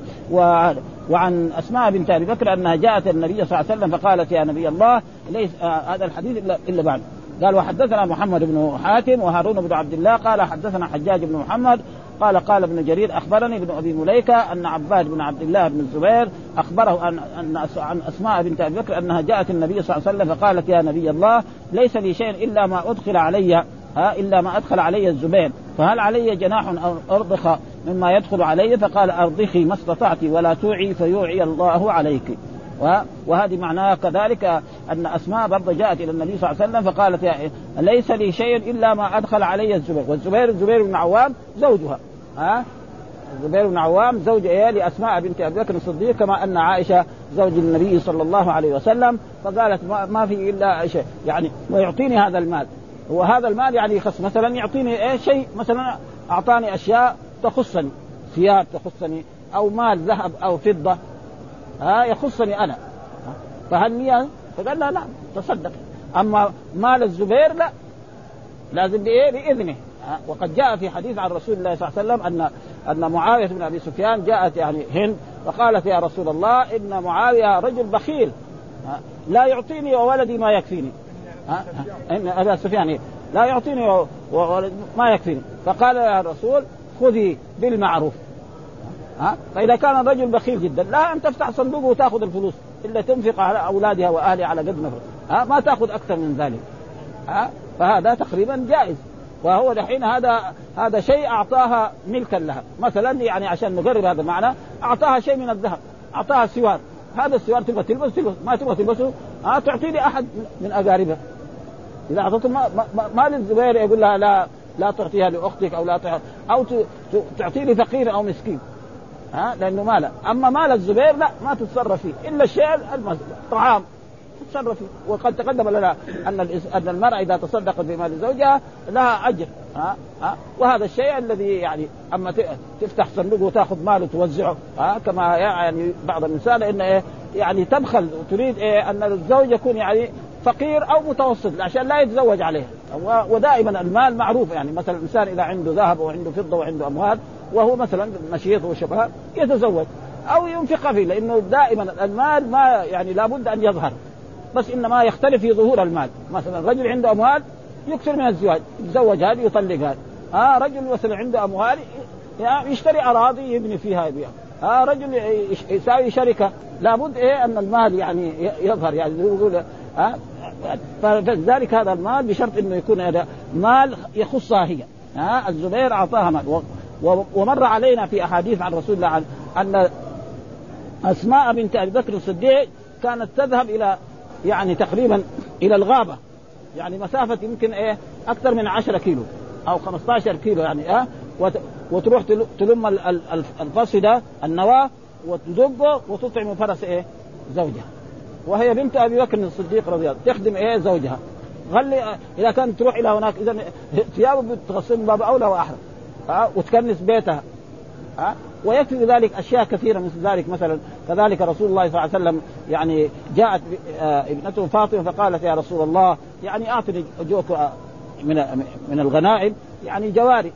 وعن أسماء بنت أبي بكر أنها جاءت النبي صلى الله عليه وسلم فقالت يا نبي الله ليس آه هذا الحديث إلا, إلا بعد. قال وحدثنا محمد بن حاتم وهارون بن عبد الله قال حدثنا حجاج بن محمد قال قال ابن جرير أخبرني ابن أبي مليكة أن عباد بن عبد الله بن الزبير أخبره أن, أن عن أسماء بنت أبي بكر أنها جاءت النبي صلى الله عليه وسلم فقالت يا نبي الله ليس لي شيء إلا ما أدخل علي ها إلا ما أدخل علي الزبير فهل علي جناح أو أرضخ مما يدخل علي؟ فقال أرضخي ما استطعت ولا توعي فيوعي الله عليك. وهذه معناها كذلك أن أسماء برضه جاءت إلى النبي صلى الله عليه وسلم فقالت يا ليس لي شيء إلا ما أدخل علي الزبير. والزبير الزبير بن عوام زوجها ها الزبير بن عوام زوج إيه لأسماء بنت أبي بكر الصديق كما أن عائشة زوج النبي صلى الله عليه وسلم. فقالت ما في إلا شيء يعني ويعطيني هذا المال. وهذا المال يعني يخص مثلا يعطيني إيه شيء مثلا أعطاني أشياء تخصني ثياب تخصني أو مال ذهب أو فضة ها يخصني أنا فهل مياه؟ فقال لا نعم تصدق. أما مال الزبير لا لازم بإيه بإذنه. وقد جاء في حديث عن رسول الله صلى الله عليه وسلم أن أن معاوية بن أبي سفيان جاءت يعني هند فقالت يا رسول الله إن معاوية رجل بخيل لا يعطيني وولدي ما يكفيني. إن أبا سفيان لا يعطيني وولدي ما يكفيني. فقال يا رسول خذي بالمعروف. ها فإذا كان الرجل بخيل جدا لا أن تفتح صندوقه وتأخذ الفلوس إلا تنفق على أولادها وأهلها على قد ما ها ما تأخذ أكثر من ذلك. ها فهذا تقريبا جائز. وهو دحين هذا هذا شيء أعطاها ملكا لها مثلا يعني عشان نقرب هذا المعنى أعطاها شيء من الذهب أعطاها سوار. هذا السوار تبغى تلبس تلبس ما تبغى تلبسه ها تعطي لي أحد من أقاربها. إذا أعطته ما ما, ما للزبير يقول لها لا لا تعطيها لأختك أو لا تعطيها أو تعطي لي فقير أو مسكين ها لأنه ماله. أما مال الزبير لا ما تتصرف فيه إلا الشيء الطعام تصرف. وقد تقدم لنا أن أن المرأة إذا تصدقت بمال زوجها لها أجر. ها ها وهذا الشيء الذي يعني أما تفتح صندوق وتأخذ ماله وتوزعه ها كما يعني بعض النساء إن إيه يعني تبخل وتريد إيه أن الزوج يكون يعني فقير أو متوسط عشان لا يتزوج عليه. ودائما المال معروف يعني مثلا الإنسان إذا عنده ذهب وعنده فضة وعنده أموال وهو مثلا نشيط وشباب يتزوج أو ينفق فيه لأنه دائما المال ما يعني لابد أن يظهر بس إنما يختلف في ظهور المال. مثلا رجل عنده أموال يكثر من الزواج يتزوج هذه يطلق هذه. آه رجل مثلا عنده أموال يشتري أراضي يبني فيها بيها. آه رجل يساوي شركة لابد إيه أن المال يعني يظهر يعني يقول آه فذلك هذا المال بشرط إنه يكون هذا مال يخصها هي. آه الزبير أعطاها مال. ومر علينا في أحاديث عن رسول الله عن أن أسماء بنت أبي بكر الصديق كانت تذهب إلى يعني تقريبا إلى الغابة يعني مسافة يمكن إيه أكثر من عشرة كيلو أو خمسة عشر كيلو يعني آه وتروح تلم الفص ده النواة وتدقه وتطعم فرس إيه زوجها. وهي بنت أبي بكر الصديق رضي الله تخدم إيه زوجها. غلي إذا كانت تروح إلى هناك إذا ثيابه بتغسل باب أولى وأحرى آه وتكنس بيتها آه ويكفي ذلك أشياء كثيرة مثل ذلك. مثلا كذلك رسول الله صلى الله عليه وسلم يعني جاءت ابنته فاطمة فقالت يا رسول الله يعني أعطني أجوك من من الغنائم يعني جواري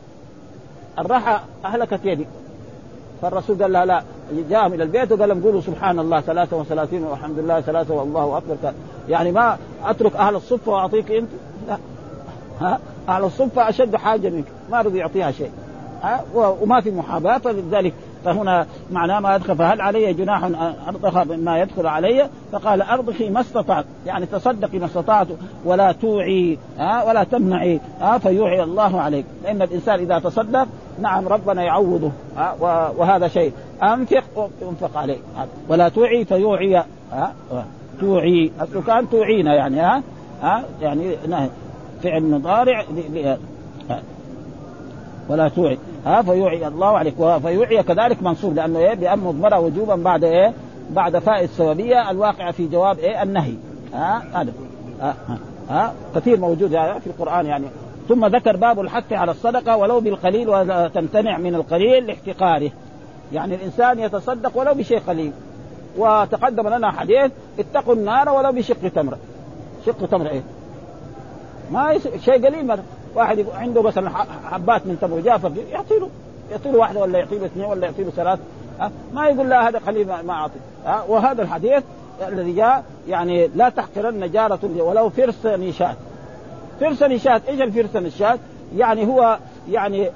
الرحى أهلكت يدي. فالرسول قال لا لا جاء من البيت وقال لهم قولوا سبحان الله ثلاثة وثلاثين والحمد لله ثلاثة والله أكبر يعني ما أترك أهل الصفة وأعطيك أنت لا ها أهل الصفة أشد حاجة منك ما رضي يعطيها شيء ها وما في محاباة. فلذلك فهنا معناه ما يدخل فهل علي جناح أن أرضخ بما يدخل علي فقال أرضخي ما استطعت يعني تصدقي ما استطعت ولا توعي ها ولا تمنعي ها فيوعي الله عليك. لأن الإنسان إذا تصدق نعم ربنا يعوضه ها وهذا شيء أنفق وينفق عليه ولا توعي فيوعي ها توعي أصله كان توعينا يعني ها ها يعني فعل مضارع ولا توعي ها فيوعي الله عليك. فيوعي كذلك منصوب لأنه إيه بأن مضمرة وجوبا بعد إيه بعد فاء السببية الواقعة في جواب إيه النهي ها هذا ها, ها, ها كثير موجود يعني في القرآن يعني. ثم ذكر باب الحث على الصدقة ولو بالقليل ولا تمتنع من القليل لاحتقاره يعني الإنسان يتصدق ولو بشيء قليل. وتقدم لنا حديث اتقوا النار ولو بشق تمرة. شق تمرة إيه ما شيء قليل مرة. واحد عنده مثلا حبات من تمر جافة يعطي له يعطي له واحدة ولا يعطي له اثنين ولا يعطي له ثلاث أه؟ ما يقول لا هذا قليل ما أعطي أه؟ وهذا الحديث الذي جاء يعني لا تحقرن جارة ولو فرس نشات. فرس نشات إيش الفرس نشات يعني هو يعني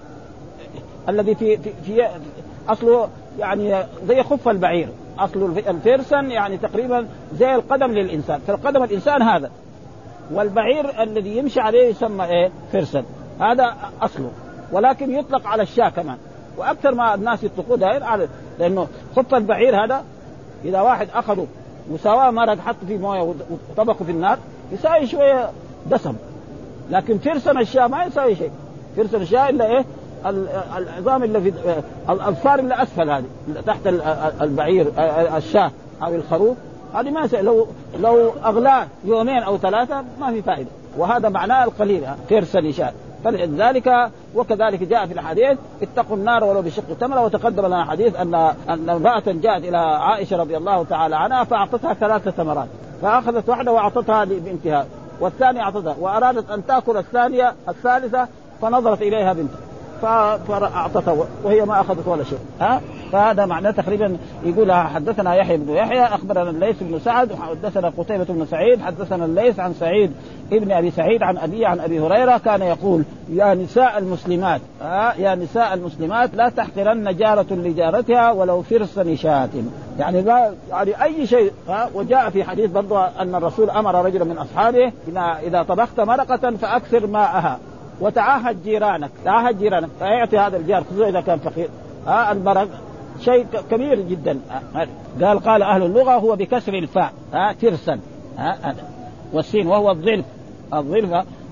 الذي في, في, في أصله يعني زي خف البعير. أصل الفرسن يعني تقريبا زي القدم للإنسان. فالقدم الإنسان هذا والبعير الذي يمشي عليه يسمى إيه فرسن هذا أصله. ولكن يطلق على الشاة كمان وأكثر ما الناس يطلقوا ده على لأنه خف البعير هذا إذا واحد أخذه وسواه مرق حط فيه مويه وطبقه في النار يساوي شوية دسم. لكن فرسن الشاة ما يساوي شيء. فرسن الشاة إلا إيه العظام اللي في الأظفار اللي أسفل هذه تحت البعير الشاة أو الخروف هذه ما س... لو لو أغلاه يومين أو ثلاثة ما في فائدة. وهذا معناه القليل فرس نشاء. فلذلك وكذلك جاء في الحديث اتقوا النار ولو بشق تمرة. وتقدم لنا حديث أن أن امرأة جاءت إلى عائشة رضي الله تعالى عنها فأعطتها ثلاثة تمرات فأخذت واحدة وأعطتها بنتها والثانية أعطتها وأرادت أن تأكل الثانية الثالثة فنظرت إليها بنتها فأعطتها وهي ما أخذت ولا شيء ها. فهذا معناه تقريبا يقول حدثنا يحيى بن يحيى أخبرنا الليث بن سعد وحدثنا قتيبة بن سعيد حدثنا الليث عن سعيد ابن أبي سعيد عن أبي عن أبي هريرة كان يقول يا نساء المسلمات ها يا نساء المسلمات لا تحقرن جارة لجارتها ولو فرس نشاة يعني لا يعني أي شيء ها. وجاء في حديث برضو أن الرسول أمر رجلا من أصحابه إذا طبخت مرقة فأكثر ماءها وتعاهد جيرانك تعاهد جيرانك فيعطي هذا الجار خصوصا إذا كان فقير ها. المرق شيء كبير جدا. قال قال أهل اللغة هو بكسر الفاء ها ترسا ها والسين وهو الظلف الظلف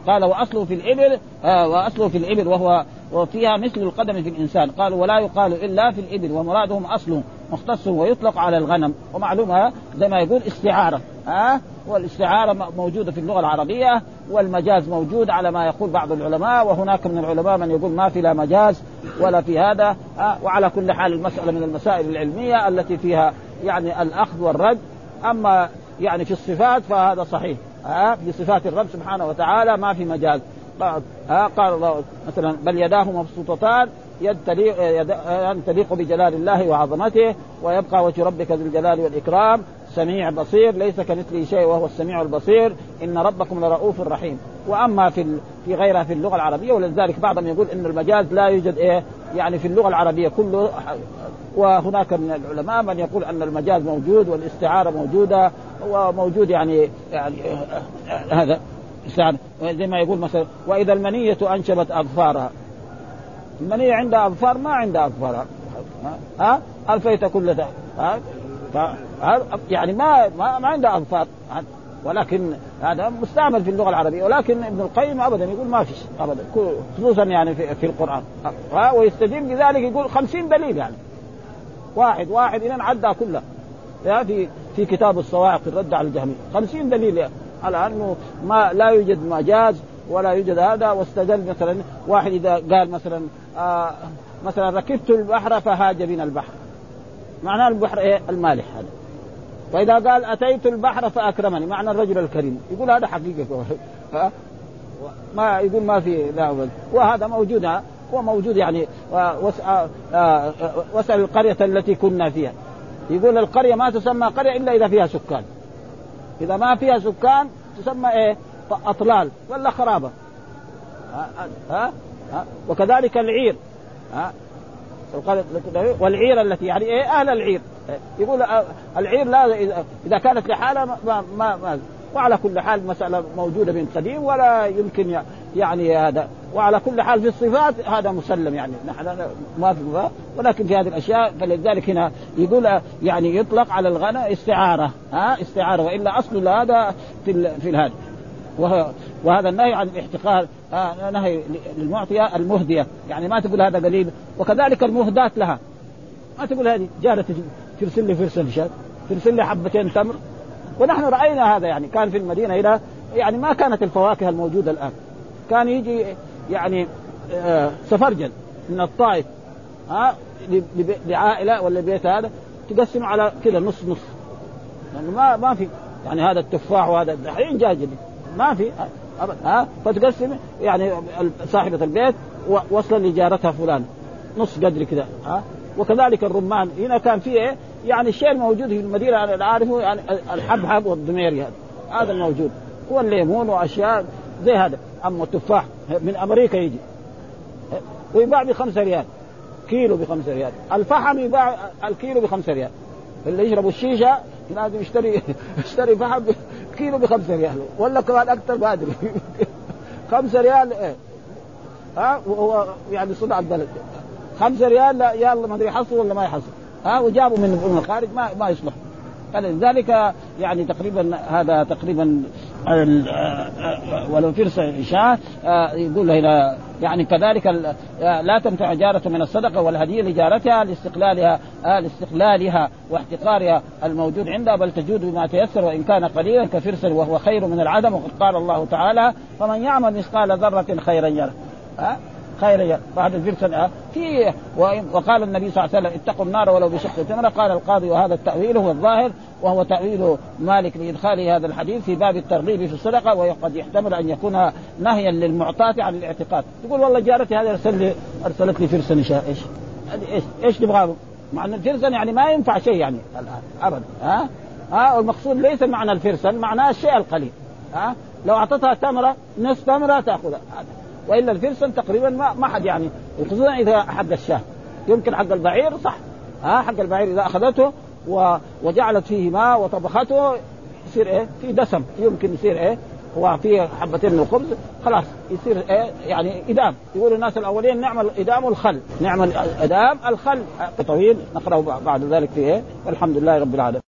قال وأصله في الإبل آه وأصله في الإبل وهو وفيها مثل القدم في الإنسان. قالوا ولا يقال إلا في الإبل ومرادهم أصله مختص ويطلق على الغنم. ومعلومة زي ما يقول استعارة ها آه والاستعارة موجودة في اللغة العربية والمجاز موجود على ما يقول بعض العلماء، وهناك من العلماء من يقول ما في لا مجاز ولا في هذا آه وعلى كل حال المسألة من المسائل العلمية التي فيها يعني الأخذ والرد. أما يعني في الصفات فهذا صحيح ها آه بصفات الرب سبحانه وتعالى ما في مجاز. ها قال الله مثلا بل يداه مبسوطتان يد تليق بجلال الله وعظمته ويبقى وجه ربك ذو الجلال والإكرام سميع بصير ليس كمثله شيء وهو السميع البصير إن ربكم لرؤوف رحيم. وأما في في غيرها في اللغة العربية، ولذلك بعضهم يقول إن المجاز لا يوجد إيه يعني في اللغة العربية كله، وهناك من العلماء من يقول أن المجاز موجود والاستعارة موجودة وموجود يعني يعني هذا استعارة. زي ما يقول مثلا وإذا المنية أنشبت أظفارها، المنية عندها أظفار ما عندها أظفار ها ألفيت كل ذا ها يعني ما ما, ما عندها أظفار، ولكن هذا مستعمل في اللغة العربية. ولكن ابن القيم أبدا يقول ما فيش أبدا خصوصا يعني في, في القرآن ها ويستدل بذلك يقول خمسين دليل يعني واحد واحد إلى عدى كله في في كتاب الصواعق الرد على الجهمية خمسين دليل يعني على أنه ما لا يوجد مجاز ولا يوجد هذا. واستدل مثلا واحد إذا قال مثلا آه مثلا ركبت البحر فهاج بنا البحر، معناه البحر إيه المالح هذا. وإذا قال أتيت البحر فأكرمني معنى الرجل الكريم، يقول هذا حقيقة ما يقول ما في لا. وهذا موجود وموجود يعني واسأل القرية التي كنا فيها، يقول القرية ما تسمى قرية إلا إذا فيها سكان، إذا ما فيها سكان تسمى إيه أطلال ولا خرابة ها ها ها. وكذلك العير ها والعير التي يعني إيه أهل العير، يقول العير لا إذا كانت لحالة ما ما, ما وعلى كل حال مسألة موجودة من قديم ولا يمكن يعني هذا. وعلى كل حال في الصفات هذا مسلم يعني نحن ما في، ولكن في هذه الأشياء فلذلك هنا يقول يعني يطلق على الغنى استعارة ها استعارة، وإلا أصل هذا في في هذا. وهذا النهي عن الاحتقار آه نهي للمعطية المهدية، يعني ما تقول هذا قليل. وكذلك المهدات لها ما تقول هذه جارة ترسل لي فرسة شاد ترسل لي حبتين تمر. ونحن رأينا هذا يعني كان في المدينة إلى يعني ما كانت الفواكه الموجودة الآن، كان يجي يعني آه سفرجل من الطائف ها آه لعائلة ولا بيت هذا تقسم على كذا نص نص يعني ما ما في يعني هذا التفاح وهذا الحين جاجل ما في ها فتقسم يعني صاحبة البيت وصل لجارتها فلان نص قدر كذا ها. وكذلك الرمان هنا كان فيه يعني الشيء الموجود في المدينة أنا أعرفه يعني الحبحب والضميري هذا هذا الموجود والليمون وأشياء زي هذا. أما التفاح من أمريكا يجي ويباع بخمسة ريال كيلو بخمسة ريال، الفحم يباع الكيلو بخمسة ريال، اللي يشربوا الشيشة لازم يشتري يشتري فحم كيلو بخمسة ريال ولا كمان أكثر ما أدري خمسة ريال إيه ها وهو يعني صنع البلد خمسة ريال لا يلا ما أدري يحصل ولا ما يحصل ها وجابوا من الخارج ما ما يصلح. فلذلك يعني تقريبا هذا تقريبا ولو فرصة إشاء يقول هنا يعني كذلك لا تمتع جارة من الصدقة والهدية لجارتها لاستقلالها لاستقلالها واحتقارها الموجود عندها، بل تجود بما تيسر وإن كان قليلا كفرس وهو خير من العدم. وقد قال الله تعالى فمن يعمل مثقال ذرة خيرا يره خير بعد الفرس في. وقال النبي صلى الله عليه وسلم اتقوا النار ولو بشق تمرة. قال القاضي وهذا التأويل هو الظاهر وهو تأويل مالك لإدخال هذا الحديث في باب الترغيب في الصدقة، وقد يحتمل أن يكون نهيا للمعطاة عن الاعتقاد. تقول والله جارتي هذه أرسل لي أرسلت لي فرسا نشاء إيش إيش إيش تبغاه؟ مع أن الفرسا يعني ما ينفع شيء يعني الآن أبدا ها ها. والمقصود ليس معنى الفرسا معناه الشيء القليل ها. لو أعطتها تمرة نصف تمرة تأخذها، وإلا الفرسن تقريبا ما ما حد يعني، خصوصا إذا حق الشاه يمكن حق البعير صح ها. حق البعير إذا أخذته وجعلت فيه ماء وطبخته يصير إيه في دسم، يمكن يصير إيه هو فيه حبتين من الخبز خلاص يصير إيه يعني إدام. يقول الناس الأولين نعمل إدام الخل، نعمل إدام الخل طويل نقرأه بعد ذلك فيه. والحمد لله رب العالمين.